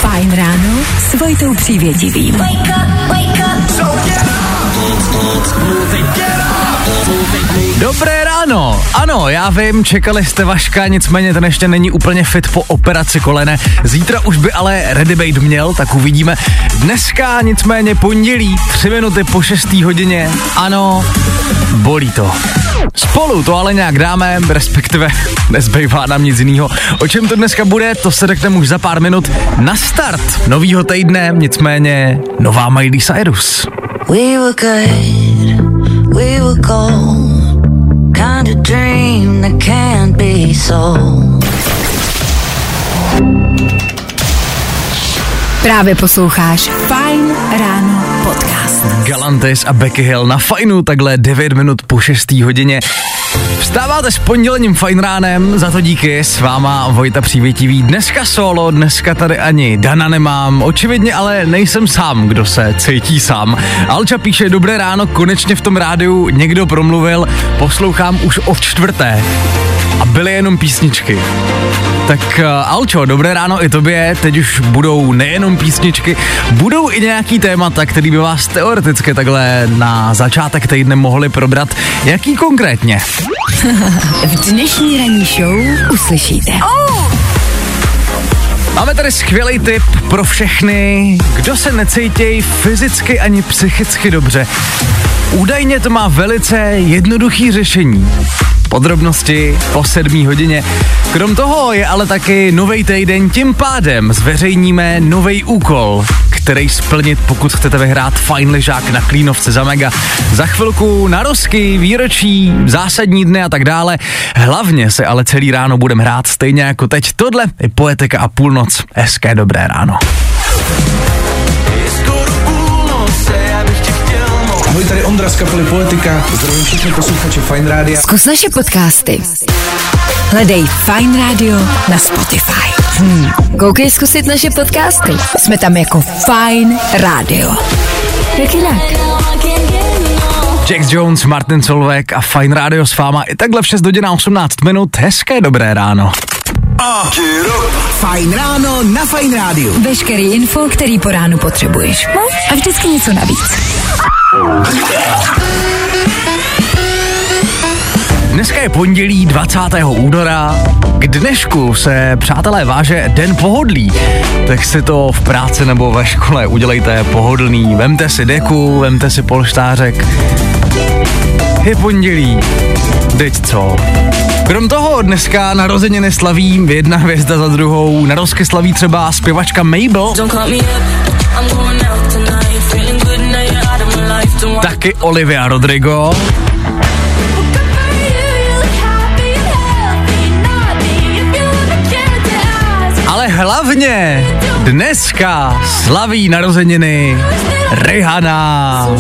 Fajn ráno s Vojtou Přívětivým. Wake up. So Dobré ráno, ano, já vím, čekali jste Vaška, nicméně ten ještě není úplně fit po operaci kolene. Zítra už by ale ready být měl, tak uvidíme. Dneska nicméně pondělí, 3 minuty po 6. hodině, ano, bolí to. Spolu to ale nějak dáme, respektive nezbývá nám nic jinýho. O čem to dneska bude, to se řekneme už za pár minut. Na start novýho týdne, nicméně nová Miley Cyrus. We were good, we were gold, kind of dream that can't be sold. Právě posloucháš Fajn ráno podcast. Galantis a Becky Hill na Fajnu, takhle 9 minut po 6. hodině. Vstáváte s pondělním Fajn ránem, za to díky, s váma Vojta Přívětivý. Dneska solo, dneska tady ani Dana nemám, očividně ale nejsem sám, kdo se cítí sám. Alča píše, dobré ráno, konečně v tom rádiu někdo promluvil, poslouchám už od 4. a byly jenom písničky. Tak Alčo, dobré ráno i tobě, teď už budou nejenom písničky, budou i nějaký témata, který by vás teoreticky takhle na začátek týdne mohli probrat. Jaký konkrétně? V dnešní ranní show uslyšíte. Máme tady skvělý tip pro všechny, kdo se necítějí fyzicky ani psychicky dobře. Údajně to má velice jednoduchý řešení. Podrobnosti po 7. hodině. Krom toho je ale taky novej týden, tím pádem zveřejníme novej úkol, který splnit, pokud chcete vyhrát fajn lyžák na Klínovce za mega. Za chvilku narozky, výročí, zásadní dny a tak dále. Hlavně se ale celý ráno budeme hrát stejně jako teď. Tohle je Poetika a půlnoc. Hezké dobré ráno. Ahoj, tady Ondra z kapely Poetika. Zdravím všechny posluchače Fajn rádia. Zkus naše podcasty. Hledej Fajn Radio na Spotify. Koukej zkusit naše podcasty. Jsme tam jako Fajn Radio. Jak jinak? Jax Jones, Martin Solveig a Fajn Radio s váma i takhle v 6 hodin a 18 minut. Hezké dobré ráno. Fajn ráno na Fajn rádiu. Veškerý info, který po ránu potřebuješ. No? A vždycky něco navíc. Dneska je pondělí 20. února. K dnešku se, přátelé, váže Den pohodlí. Tak si to v práci nebo ve škole udělejte pohodlný. Vemte si deku, vemte si polštářek. Je pondělí. Teď co? Krom toho dneska narozeniny slaví jedna hvězda za druhou. Narozky slaví třeba zpěvačka Mabel. Taky Olivia Rodrigo. Ale hlavně dneska slaví narozeniny Rihanna.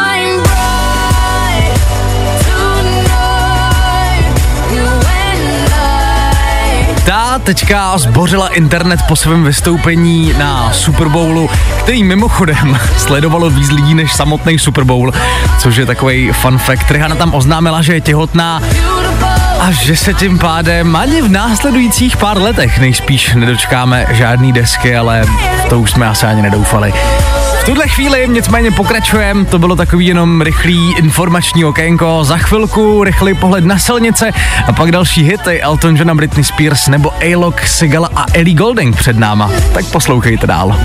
Ta teďka zbořila internet po svém vystoupení na Super Bowlu, který mimochodem sledovalo víc lidí než samotný Super Bowl, což je takový fun fact. Rihanna tam oznámila, že je těhotná a že se tím pádem ani v následujících pár letech nejspíš nedočkáme žádný desky, ale to už jsme asi ani nedoufali. V tuhle chvíli nicméně pokračujeme, to bylo takový jenom rychlý informační okénko, za chvilku rychlý pohled na silnice a pak další hity Elton John a Britney Spears nebo A-Log, Sigala a Ellie Goulding před náma. Tak poslouchejte dál.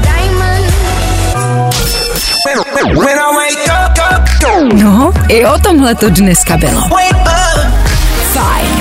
No, i o tomhle to dneska bylo. Fajn.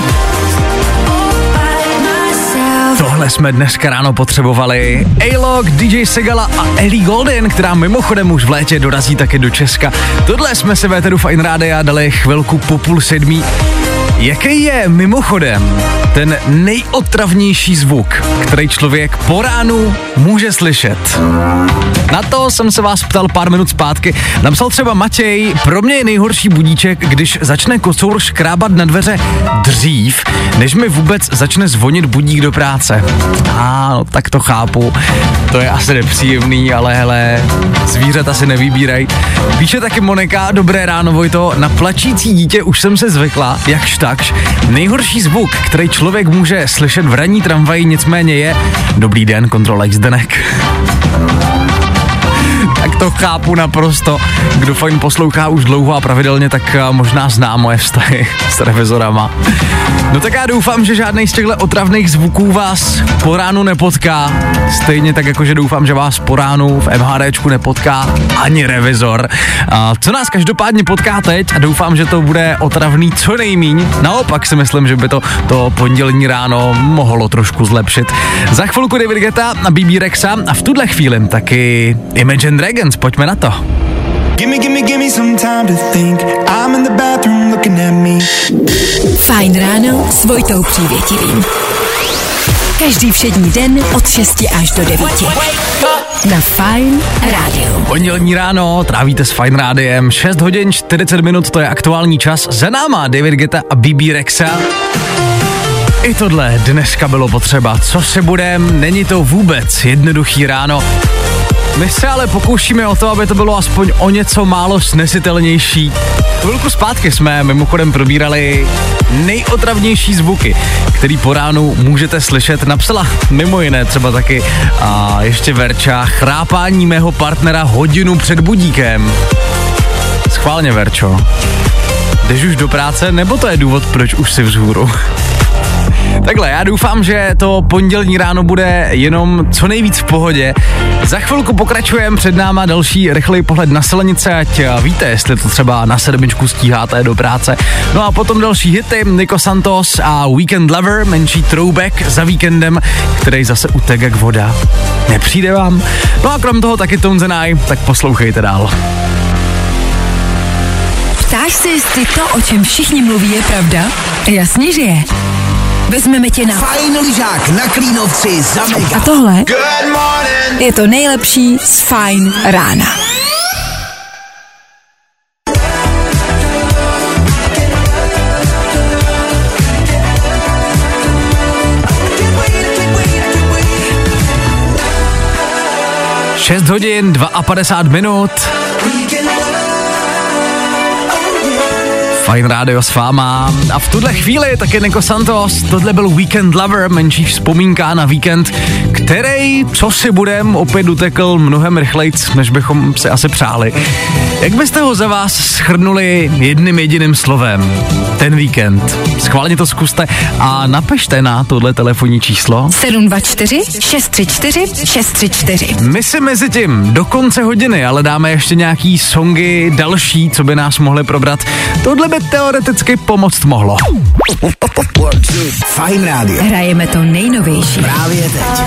Tohle jsme dneska ráno potřebovali. A-Log, DJ Sigala a Ellie Goulding, která mimochodem už v létě dorazí taky do Česka. Tohle jsme si ve éteru Fajn rádia dali chvilku po 6:30. Jaký je mimochodem ten nejotravnější zvuk, který člověk po ránu může slyšet? Na to jsem se vás ptal pár minut zpátky. Napsal třeba Matěj, pro mě je nejhorší budíček, když začne kocour škrábat na dveře dřív, než mi vůbec začne zvonit budík do práce. No, tak to chápu. To je asi nepříjemný, ale hele, zvířata si nevybírají. Píše taky Monika, dobré ráno Vojto, na plačící dítě už jsem se zvykla, jakž takž. Nejhorší zvuk, který člověk může slyšet v ranní tramvaji, nicméně je dobrý den, kontrolek Zdenek. Tak to chápu naprosto. Kdo Fajn poslouchá už dlouho a pravidelně, tak možná zná moje vztahy s revizorama. No tak já doufám, že žádnej z těchto otravných zvuků vás po ránu nepotká. Stejně tak jako, že doufám, že vás po ránu v MHDčku nepotká ani revizor. Co nás každopádně potká teď a doufám, že to bude otravný co nejmíň. Naopak si myslím, že by to pondělní ráno mohlo trošku zlepšit. Za chvilku David Guetta a BB Rexa a v tuhle chvíli taky Imagine Dragons, pojďme na to. Gimme some time to think. I'm in the bathroom looking at me. Fajn ráno s Vojtou Přívětivým. Každý všední den od 6 až do 9. Na Fajn rádiu. Pondělní ráno trávíte s Fajn rádiem. 6 hodin 40 minut, to je aktuální čas. Za náma David Guetta a BB Rexa. I tohle dneska bylo potřeba. Co se budem, není to vůbec jednoduchý ráno. My se ale pokoušíme o to, aby to bylo aspoň o něco málo snesitelnější. Chvilku zpátky jsme mimochodem probírali nejotravnější zvuky, který po ránu můžete slyšet. Napsala mimo jiné třeba taky a ještě Verča chrápání mého partnera hodinu před budíkem. Schválně, Verčo. Jdeš už do práce, nebo to je důvod, proč už jsi vzhůru? Takhle, já doufám, že to pondělní ráno bude jenom co nejvíc v pohodě. Za chvilku pokračujeme, před náma další rychlej pohled na silnice, ať víte, jestli to třeba na 7 stíháte do práce. No a potom další hity, Nico Santos a Weekend Lover, menší throwback za víkendem, který zase utek jak voda. Nepřijde vám? No a krom toho taky Tones and I, tak poslouchejte dál. Ptáš se, jestli to, o čem všichni mluví, je pravda? Jasně, že je. Vezmeme tě na Fajn lyžák na Klínovci za mega. A tohle je to nejlepší z Fajn rána. Šest hodin 52 minut. Fajn rádio s váma. A v tuhle chvíli taky Nico Santos, tohle byl Weekend Lover, menší vzpomínka na víkend, který, co si budem, opět utekl mnohem rychlejc, než bychom si asi přáli. Jak byste ho za vás shrnuli jedním jediným slovem? Ten víkend. Schválně to zkuste a napište na tohle telefonní číslo 724 634 634. My si mezi tím do konce hodiny ale dáme ještě nějaký songy další, co by nás mohly probrat. Tohle by teoreticky pomoct mohlo. Fajn rádio. Hrajeme to nejnovější. Právě teď.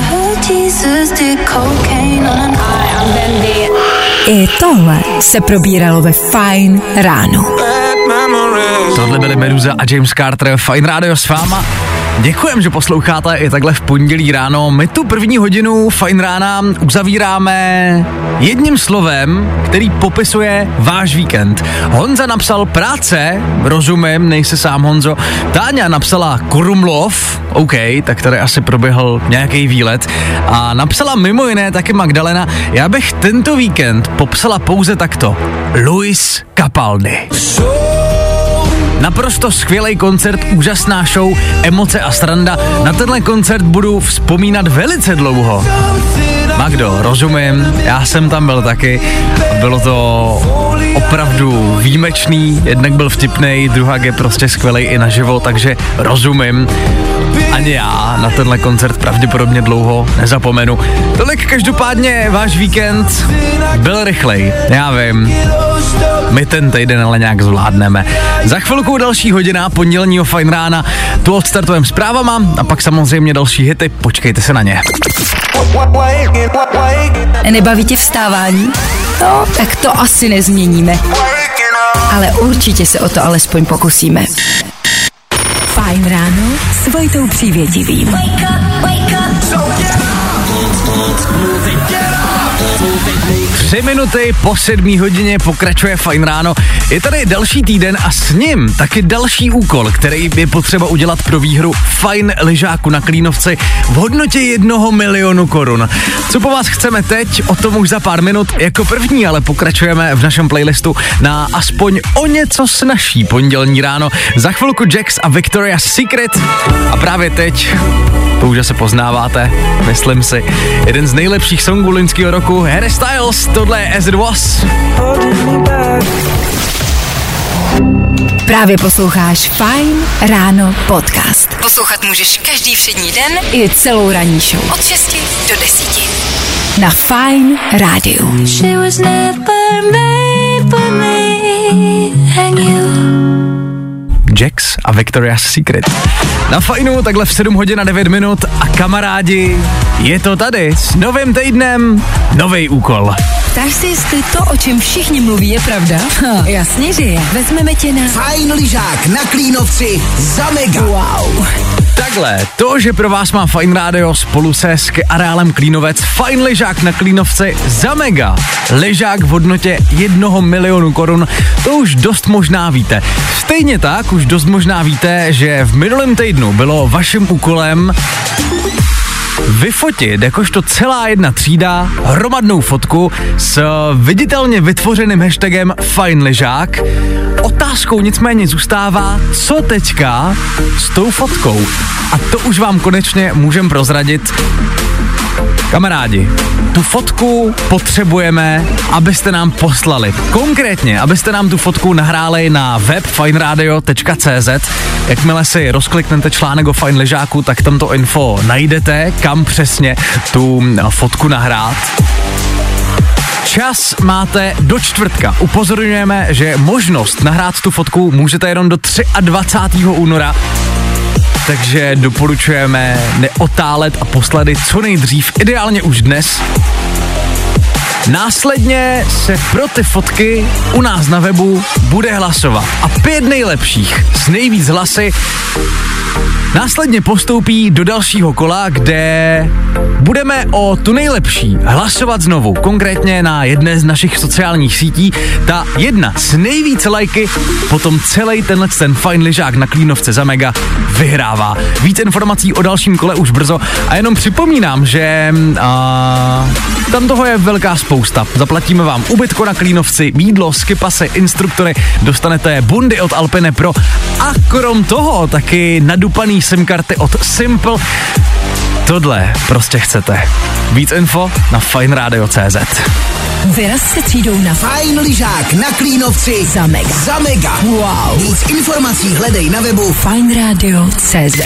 I tohle se probíralo ve Fajn ráno. Tohle byly Meduza a James Carter, Fajn rádio s váma. Děkujem, že posloucháte i takhle v pondělí ráno. My tu první hodinu Fajn rána uzavíráme jedním slovem, který popisuje váš víkend. Honza napsal práce, rozumím, nejsi sám, Honzo. Táňa napsala Krumlov, OK, tak tady asi proběhl nějaký výlet. A napsala mimo jiné taky Magdalena, já bych tento víkend popsala pouze takto. Luis Capaldi. Naprosto skvělý koncert, úžasná show, emoce a sranda. Na tenhle koncert budu vzpomínat velice dlouho. Magdo, rozumím, já jsem tam byl taky. Bylo to opravdu výjimečný, jednak byl vtipnej, druhák je prostě skvělej i naživo, takže rozumím. Ani já na tenhle koncert pravděpodobně dlouho nezapomenu. Tolik každopádně váš víkend byl rychlej, já vím. My ten týden ale nějak zvládneme. Za chvilku další hodina pondělního Fajn rána, tu odstartujeme zprávama a pak samozřejmě další hity, počkejte se na ně. Nebaví tě vstávání? No, tak to asi nezměníme. Ale určitě se o to alespoň pokusíme. Fajn ráno s Vojtou Přívětivým. 3 minuty po 7 hodině pokračuje Fajn ráno. Je tady další týden a s ním taky další úkol, který je potřeba udělat pro výhru Fajn lyžáku na Klínovci v hodnotě 1 milionu korun. Co po vás chceme teď, o tom už za pár minut. Jako první ale pokračujeme v našem playlistu na aspoň o něco snazší pondělní ráno. Za chvilku Jax a Victoria's Secret a právě teď, to už se poznáváte, myslím si, jeden z nejlepších songů loňského roku, Harry Styles, tohle je As It Was. Právě posloucháš Fajn ráno podcast. Poslouchat můžeš každý všední den i celou ranní show. Od 6 do 10. Na Fajn rádiu. She was never made for me and you. Jax a Victoria's Secret. Na Fajnu takhle v 7 hodin a 9 minut a kamarádi, je to tady s novým týdnem, nový úkol. Ptáš si, jestli to, o čem všichni mluví, je pravda? Jasně, že je. Vezmeme tě na Fajn lyžák na Klínovci za mega. Wow. Takhle, to, že pro vás má Fajn rádio spolu se areálem Klínovec Fajn lyžák na Klínovci za mega. Lyžák v hodnotě 1 milionu korun, to už dost možná víte. Stejně tak už dost možná víte, že v minulém týdnu bylo vaším úkolem vyfotit jakožto celá jedna třída hromadnou fotku s viditelně vytvořeným hashtagem Fajn lyžák. Otázkou nicméně zůstává, co teďka s tou fotkou. A to už vám konečně můžem prozradit. Kamarádi, tu fotku potřebujeme, abyste nám poslali. Konkrétně, abyste nám tu fotku nahráli na web fajnradio.cz. Jakmile si rozkliknete článek o Fajn lyžáku, tak tam to info najdete, kam přesně tu fotku nahrát. Čas máte do čtvrtka. Upozorňujeme, že možnost nahrát tu fotku můžete jenom do 23. února. Takže doporučujeme neotálet a poslat co nejdřív, ideálně už dnes. Následně se pro ty fotky u nás na webu bude hlasovat a 5 nejlepších s nejvíc hlasy následně postoupí do dalšího kola, kde budeme o tu nejlepší hlasovat znovu, konkrétně na jedné z našich sociálních sítí. Ta jedna s nejvíce lajky potom celý ten Fajn lyžák na Klínovce za mega vyhrává. Víc informací o dalším kole už brzo a jenom připomínám, že tam toho je velká spousta. Zaplatíme vám ubytko na Klínovci, jídlo, skipasy, instruktory, dostanete bundy od Alpine Pro a krom toho taky nadupaný SIM karty od Simple. Tohle prostě chcete. Víc info na fajnradio.cz. Vyraz se třídou na Fajn lyžák na Klínovci za mega. Za mega. Wow. Víc informací hledej na webu fajnradio.cz.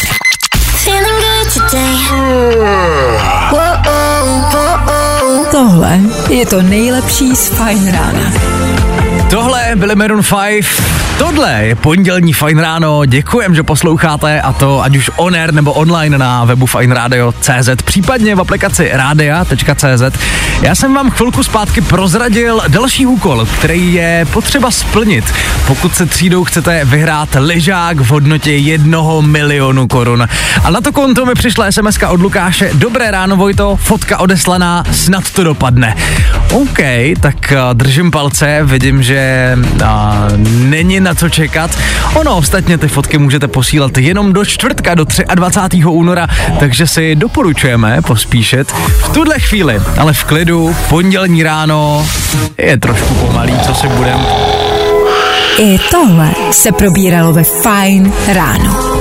Tohle je to nejlepší z Fajn rána. Tohle byly Maroon 5, tohle je pondělní Fajn ráno, děkujem, že posloucháte a to ať už on air nebo online na webu fajnradio.cz, případně v aplikaci radia.cz. Já jsem vám chvilku zpátky prozradil další úkol, který je potřeba splnit, pokud se třídou chcete vyhrát lyžák v hodnotě 1 milionu korun. A na to konto mi přišla SMS-ka od Lukáše, dobré ráno Vojto, fotka odeslaná, snad to dopadne. OK, tak držím palce, vidím, že není na co čekat. Ono, ostatně ty fotky můžete posílat jenom do čtvrtka, do 23. února, takže si doporučujeme pospíšet. V tuhle chvíli, ale v klidu, pondělní ráno je trošku pomalý, co si budem. I tohle se probíralo ve Fajn ráno.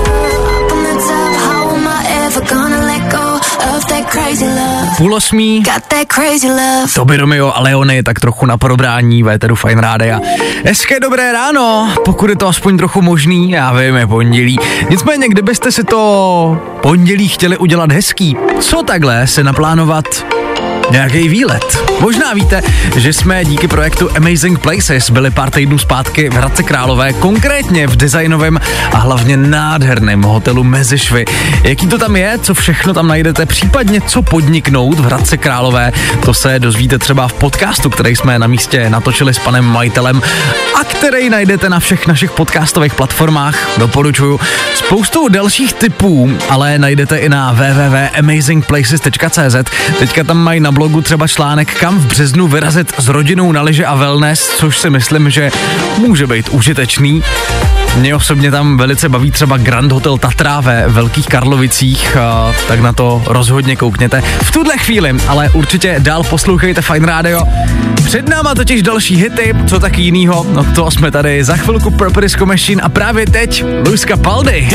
7:30. Toby Romeo a Leony tak trochu na probrání véteru Fajn rádia. Hezké dobré ráno, pokud je to aspoň trochu možný, já vím, je pondělí. Nicméně, kdybyste si to pondělí chtěli udělat hezký, co takhle se naplánovat nějaký výlet. Možná víte, že jsme díky projektu Amazing Places byli pár týdnů zpátky v Hradci Králové, konkrétně v designovém a hlavně nádherném hotelu Mezišvy. Jaký to tam je, co všechno tam najdete, případně co podniknout v Hradci Králové, to se dozvíte třeba v podcastu, který jsme na místě natočili s panem majitelem a který najdete na všech našich podcastových platformách. Doporučuju. Spoustu dalších tipů, ale najdete i na www.amazingplaces.cz. Teďka tam mají na blogu blogu třeba článek, kam v březnu vyrazit s rodinou na lyže a wellness, což si myslím, že může být užitečný. Mě osobně tam velice baví třeba Grand Hotel Tatra ve Velkých Karlovicích, tak na to rozhodně koukněte. V tuhle chvíli, ale určitě dál poslouchejte Fajn Radio. Před náma totiž další hity, co taky jinýho, no to jsme tady za chvilku Purple Disco Machine a právě teď Luis Capaldi.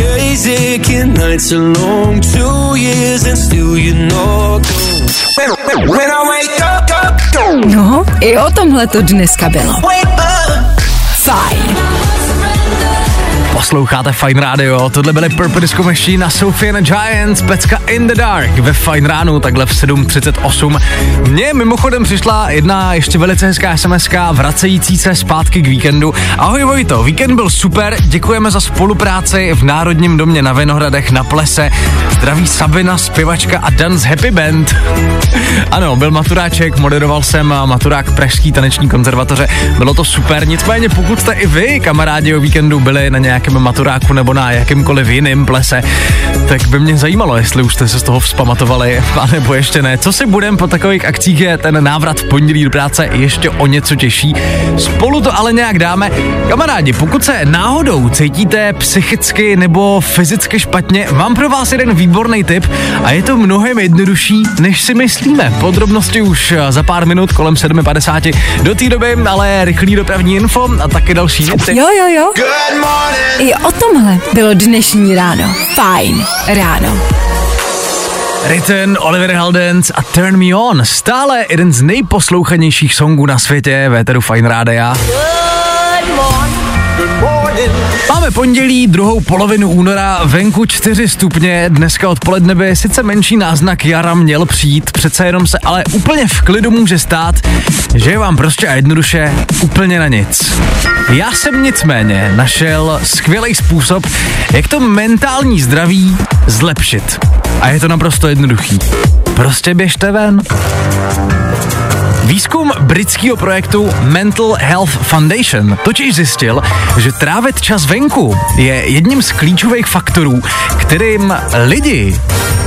No, i o tomhle to dneska bylo. Fajn. Posloucháte Fajn Radio, tohle byly Purple Disco Machine a Sophie and the Giants, pecka In the Dark ve Fajn ránu, takhle v 7:38. Mně mimochodem přišla jedna ještě velice hezká SMSka vracející se zpátky k víkendu. Ahoj Vojto, víkend byl super, děkujeme za spolupráci v Národním domě na Vinohradech na plese. Zdraví Sabina, zpěvačka a Dan z Happy Band. Ano, byl maturáček, moderoval jsem maturák Pražský taneční konzervatoře, bylo to super, nicméně pokud jste i vy, kamarádi, o víkendu byli na nějakém maturáku nebo na jakýmkoliv jiným plese, tak by mě zajímalo, jestli už jste se z toho vzpamatovali, anebo ještě ne. Co si budem po takových akcích je ten návrat v pondělí do práce ještě o něco těžší. Spolu to ale nějak dáme. Kamarádi, pokud se náhodou cítíte psychicky nebo fyzicky špatně, mám pro vás jeden výborný tip a je to mnohem jednodušší, než si myslíme. Podrobnosti už za pár minut kolem 7:50. Do té doby ale rychlý dopravní info a taky další hity. Jo. I o tomhle bylo dnešní ráno. Fajn ráno. Return, Oliver Heldens a Turn Me On. Stále jeden z nejposlouchanějších songů na světě, véteru Fajn Rádia. Máme pondělí, druhou polovinu února, venku 4 stupně, dneska odpoledne by sice menší náznak jara měl přijít, přece jenom se ale úplně v klidu může stát, že je vám prostě a jednoduše úplně na nic. Já jsem nicméně našel skvělý způsob, jak to mentální zdraví zlepšit. A je to naprosto jednoduchý. Prostě běžte ven. Výzkum britského projektu Mental Health Foundation totiž zjistil, že trávit čas venku je jedním z klíčových faktorů, kterým lidi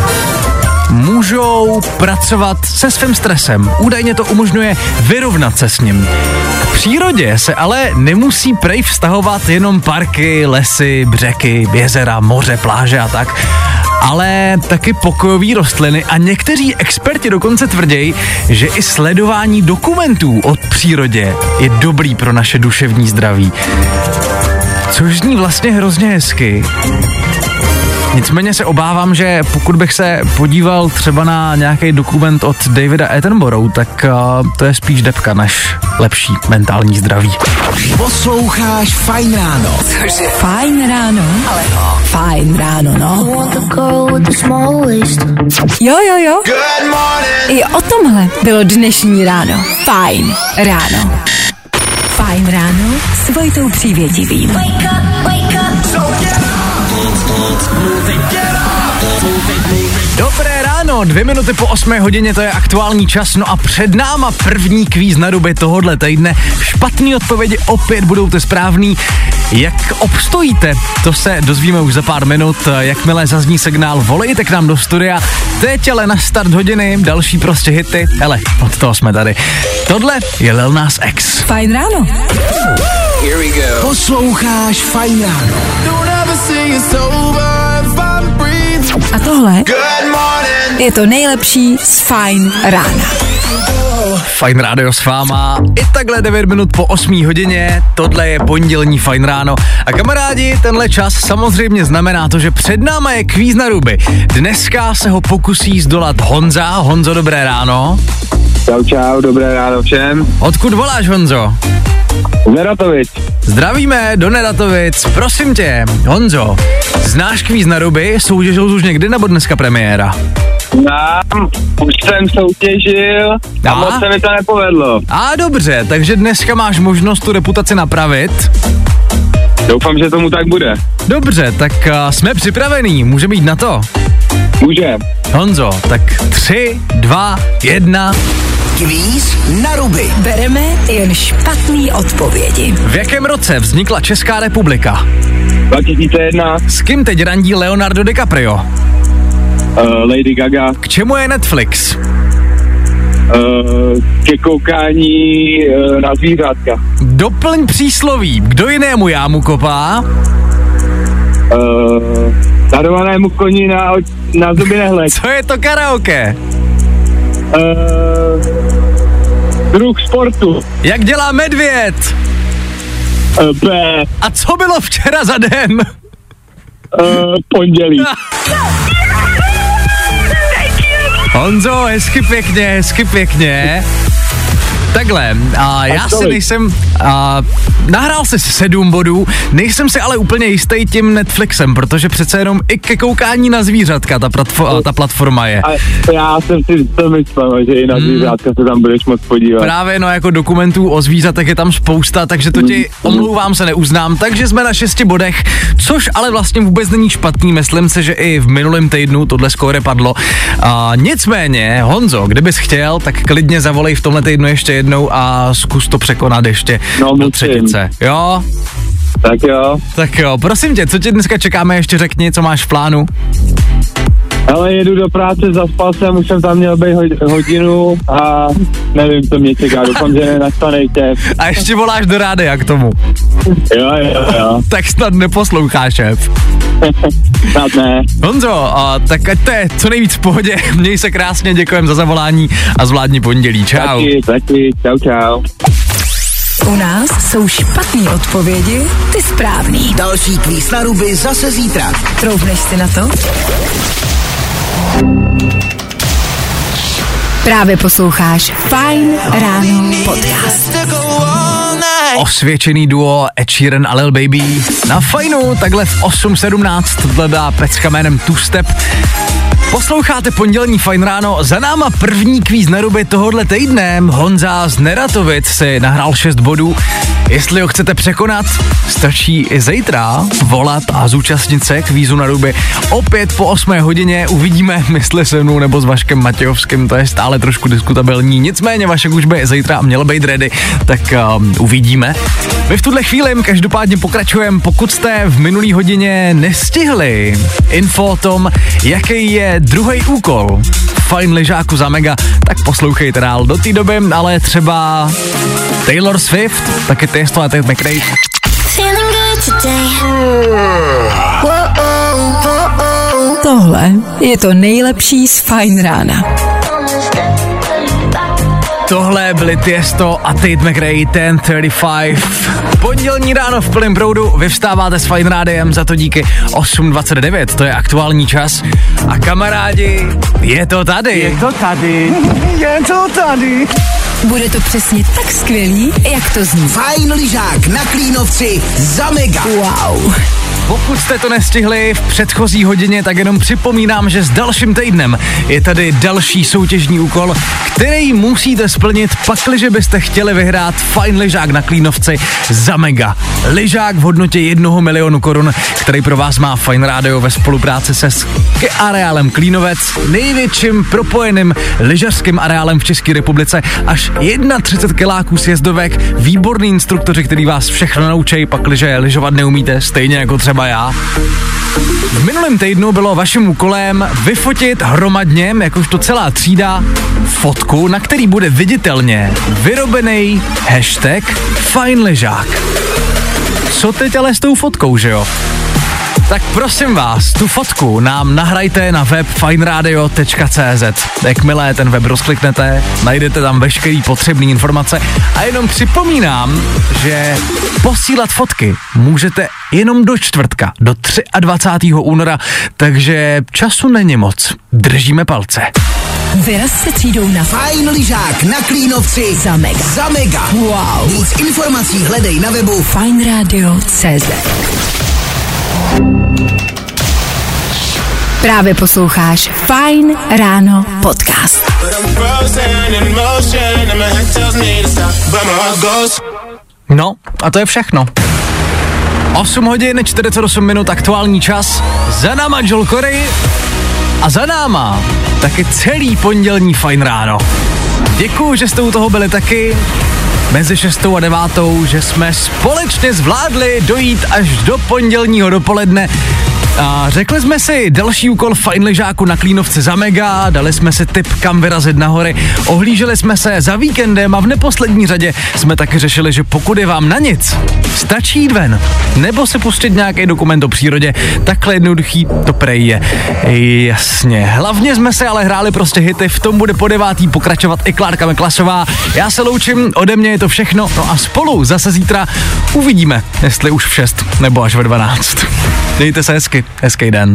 můžou pracovat se svým stresem. Údajně to umožňuje vyrovnat se s ním. K přírodě se ale nemusí prej vztahovat jenom parky, lesy, břeky, jezera, moře, pláže a tak, ale taky pokojové rostliny a někteří experti dokonce tvrdí, že i sledování dokumentů o přírodě je dobrý pro naše duševní zdraví. Což zní vlastně hrozně hezky. Nicméně se obávám, že pokud bych se podíval třeba na nějaký dokument od Davida Attenborough, tak to je spíš depka než lepší mentální zdraví. Posloucháš Fajn ráno. Cože? Fajn ráno? Ale no, Fajn ráno, no. Jo. I o tomhle bylo dnešní ráno. Fajn ráno. Fajn ráno s Vojtou Přívětivým. Dobré ráno, 2 minuty po 8 hodině, to je aktuální čas, no a před náma první kvíz na ruby tohodle týdne. Špatný odpovědi opět budou ty správný. Jak obstojíte, to se dozvíme už za pár minut, jakmile zazní signál, volejte k nám do studia. Teď ale na start hodiny, další prostě hity, hele, od toho jsme tady. Tohle je Lil Nas X. Fajn ráno. Here we go. Posloucháš Fajn ráno. A tohle je to nejlepší z Fajn rána. Fajn rádio s váma, i takhle 9 minut po 8 hodině, tohle je pondělní Fajn ráno. A kamarádi, tenhle čas samozřejmě znamená to, že před náma je kvíz na ruby. Dneska se ho pokusí zdolat Honza. Honzo, dobré ráno. Čau, dobré ráno všem. Odkud voláš, Honzo? Neratovic. Zdravíme do Neratovic, prosím tě, Honzo, znáš kvíz na ruby, soutěžil už někdy nebo dneska premiéra? Už jsem soutěžil a moc se mi to nepovedlo. A dobře, takže dneska máš možnost tu reputaci napravit. Doufám, že tomu tak bude. Dobře, tak jsme připravení, můžeme jít na to? Může. Honzo, tak 3, 2, 1. Kvíz na ruby. Bereme jen špatný odpovědi. V jakém roce vznikla Česká republika? 2001. S kým teď randí Leonardo DiCaprio? Lady Gaga. K čemu je Netflix? Ke koukání na zvířátka. Doplň přísloví. Kdo jinému jámu kopá? Darovanému koni na zuby nehleď. Co je to karaoke? Druh sportu. Jak dělá medvěd? B. A co bylo včera za den? Pondělí. Honzo, hezky pěkně. Takhle, já si nejsem, nahrál jsi 7 bodů, nejsem si ale úplně jistý tím Netflixem, protože přece jenom i ke koukání na zvířatka ta platforma je. A já jsem si to myslel, že i na zvířátka se tam budeš moc podívat. Právě, no, jako dokumentů o zvířatech je tam spousta, takže to ti, omlouvám se, neuznám, takže jsme na 6 bodech, což ale vlastně vůbec není špatný, myslím si, že i v minulém týdnu tohle skóre padlo. Nicméně, Honzo, kdybys chtěl, tak klidně zavolej v tomhle týdnu ještě jednou a zkus to překonat ještě do třetice. Jo? Tak jo, prosím tě, co ti dneska čekáme, ještě řekni, co máš v plánu? Ale jedu do práce, zaspal jsem, už jsem tam měl být hodinu a nevím, co mě čeká, doufám, že nenastanejte. A ještě voláš do rádia k tomu. Jo. Tak snad neposloucháš, šéf. Snad ne. Honzo, tak ať to je co nejvíc v pohodě, měj se krásně, děkujem za zavolání a zvládni pondělí, čau. Taky, čau. U nás jsou špatný odpovědi, ty správný. Další kvíz na ruby zase zítra. Troufneš si na to? Právě posloucháš Fajn ráno podcast. Osvědčený duo Ed Sheeran a Lil Baby na Fajnu, takhle v 8:17 hledá pecka jménem Two Step. Posloucháte pondělní Fajn ráno, za náma první kvíz na ruby tohodle týdnem. Honza z Neratovic si nahrál 6 bodů. Jestli ho chcete překonat, stačí i zítra volat a zúčastnit se kvízu na ruby. Opět po 8 hodině uvidíme, jestli se mnou nebo s Vaškem Matějovským, to je stále trošku diskutabilní. Nicméně Vašek už by zítra a měl být ready, tak uvidíme. My v tuhle chvíli každopádně pokračujeme. Pokud jste v minulý hodině nestihli info o tom, jaký je druhý úkol Fajn lyžáku za mega, tak poslouchejte dál do té doby, ale třeba Taylor Swift, taky Tiesto a Tate McRae. Tohle je to nejlepší z Fajn rána. Tohle byly Tiesto a Tate McRae 10:35. Pondělní ráno v plném proudu, vy vstáváte s Fajn rádiem, za to díky 8:29, to je aktuální čas. A kamarádi, je to tady. Bude to přesně tak skvělý, jak to zní. Fajn lyžák na Klínovci za mega. Wow. Pokud jste to nestihli v předchozí hodině, tak jenom připomínám, že s dalším týdnem je tady další soutěžní úkol, který musíte splnit, pakliže byste chtěli vyhrát Fajn lyžák na Klínovci za mega. Lyžák v hodnotě 1 milionu korun, který pro vás má Fajn rádio ve spolupráci se ski areálem Klínovec, největším propojeným lyžařským areálem v České republice, až 31 kiláků sjezdovek, výborný instruktoři, který vás všechno naučí, pakliže lyžovat neumíte, stejně jako třeba já. V minulém týdnu bylo vaším úkolem vyfotit hromadně, jakožto celá třída, fotku, na který bude viditelně vyrobený hashtag Fajn lyžák. Co teď ale s tou fotkou, že jo? Tak prosím vás, tu fotku nám nahrajte na web fajnradio.cz. Jakmile ten web rozkliknete, najdete tam veškerý potřebné informace a jenom připomínám, že posílat fotky můžete jenom do čtvrtka, do 23. února, takže času není moc. Držíme palce. Vyraz se třídou na Fajn lyžák na Klínovci za mega. Za mega. Wow. Víc informací hledej na webu fajnradio.cz. Právě posloucháš Fajn ráno podcast. No, a to je všechno. 8 hodin, 48 minut, aktuální čas. Za náma Joel Corey a za náma taky celý pondělní Fajn ráno. Děkuju, že jste u toho byli taky. Mezi 6. a 9. že jsme společně zvládli dojít až do pondělního dopoledne. A řekli jsme si další úkol fajn lyžáku na Klínovce za mega, dali jsme si tip, kam vyrazit na hory, ohlíželi jsme se za víkendem a v neposlední řadě jsme taky řešili, že pokud je vám na nic, stačí jít ven, nebo se pustit nějaký dokument o přírodě, takhle jednoduchý to prej je. Jasně, hlavně jsme se ale hráli prostě hity, v tom bude po 9. pokračovat i Klárka Meklasová. Já se loučím, ode mě je to všechno, no a spolu zase zítra uvidíme, jestli už v 6 nebo až ve 12. Dejte se hezky, hezký den.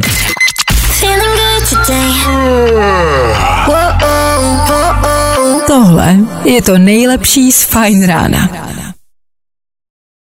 Tohle je to nejlepší z Fajn rána.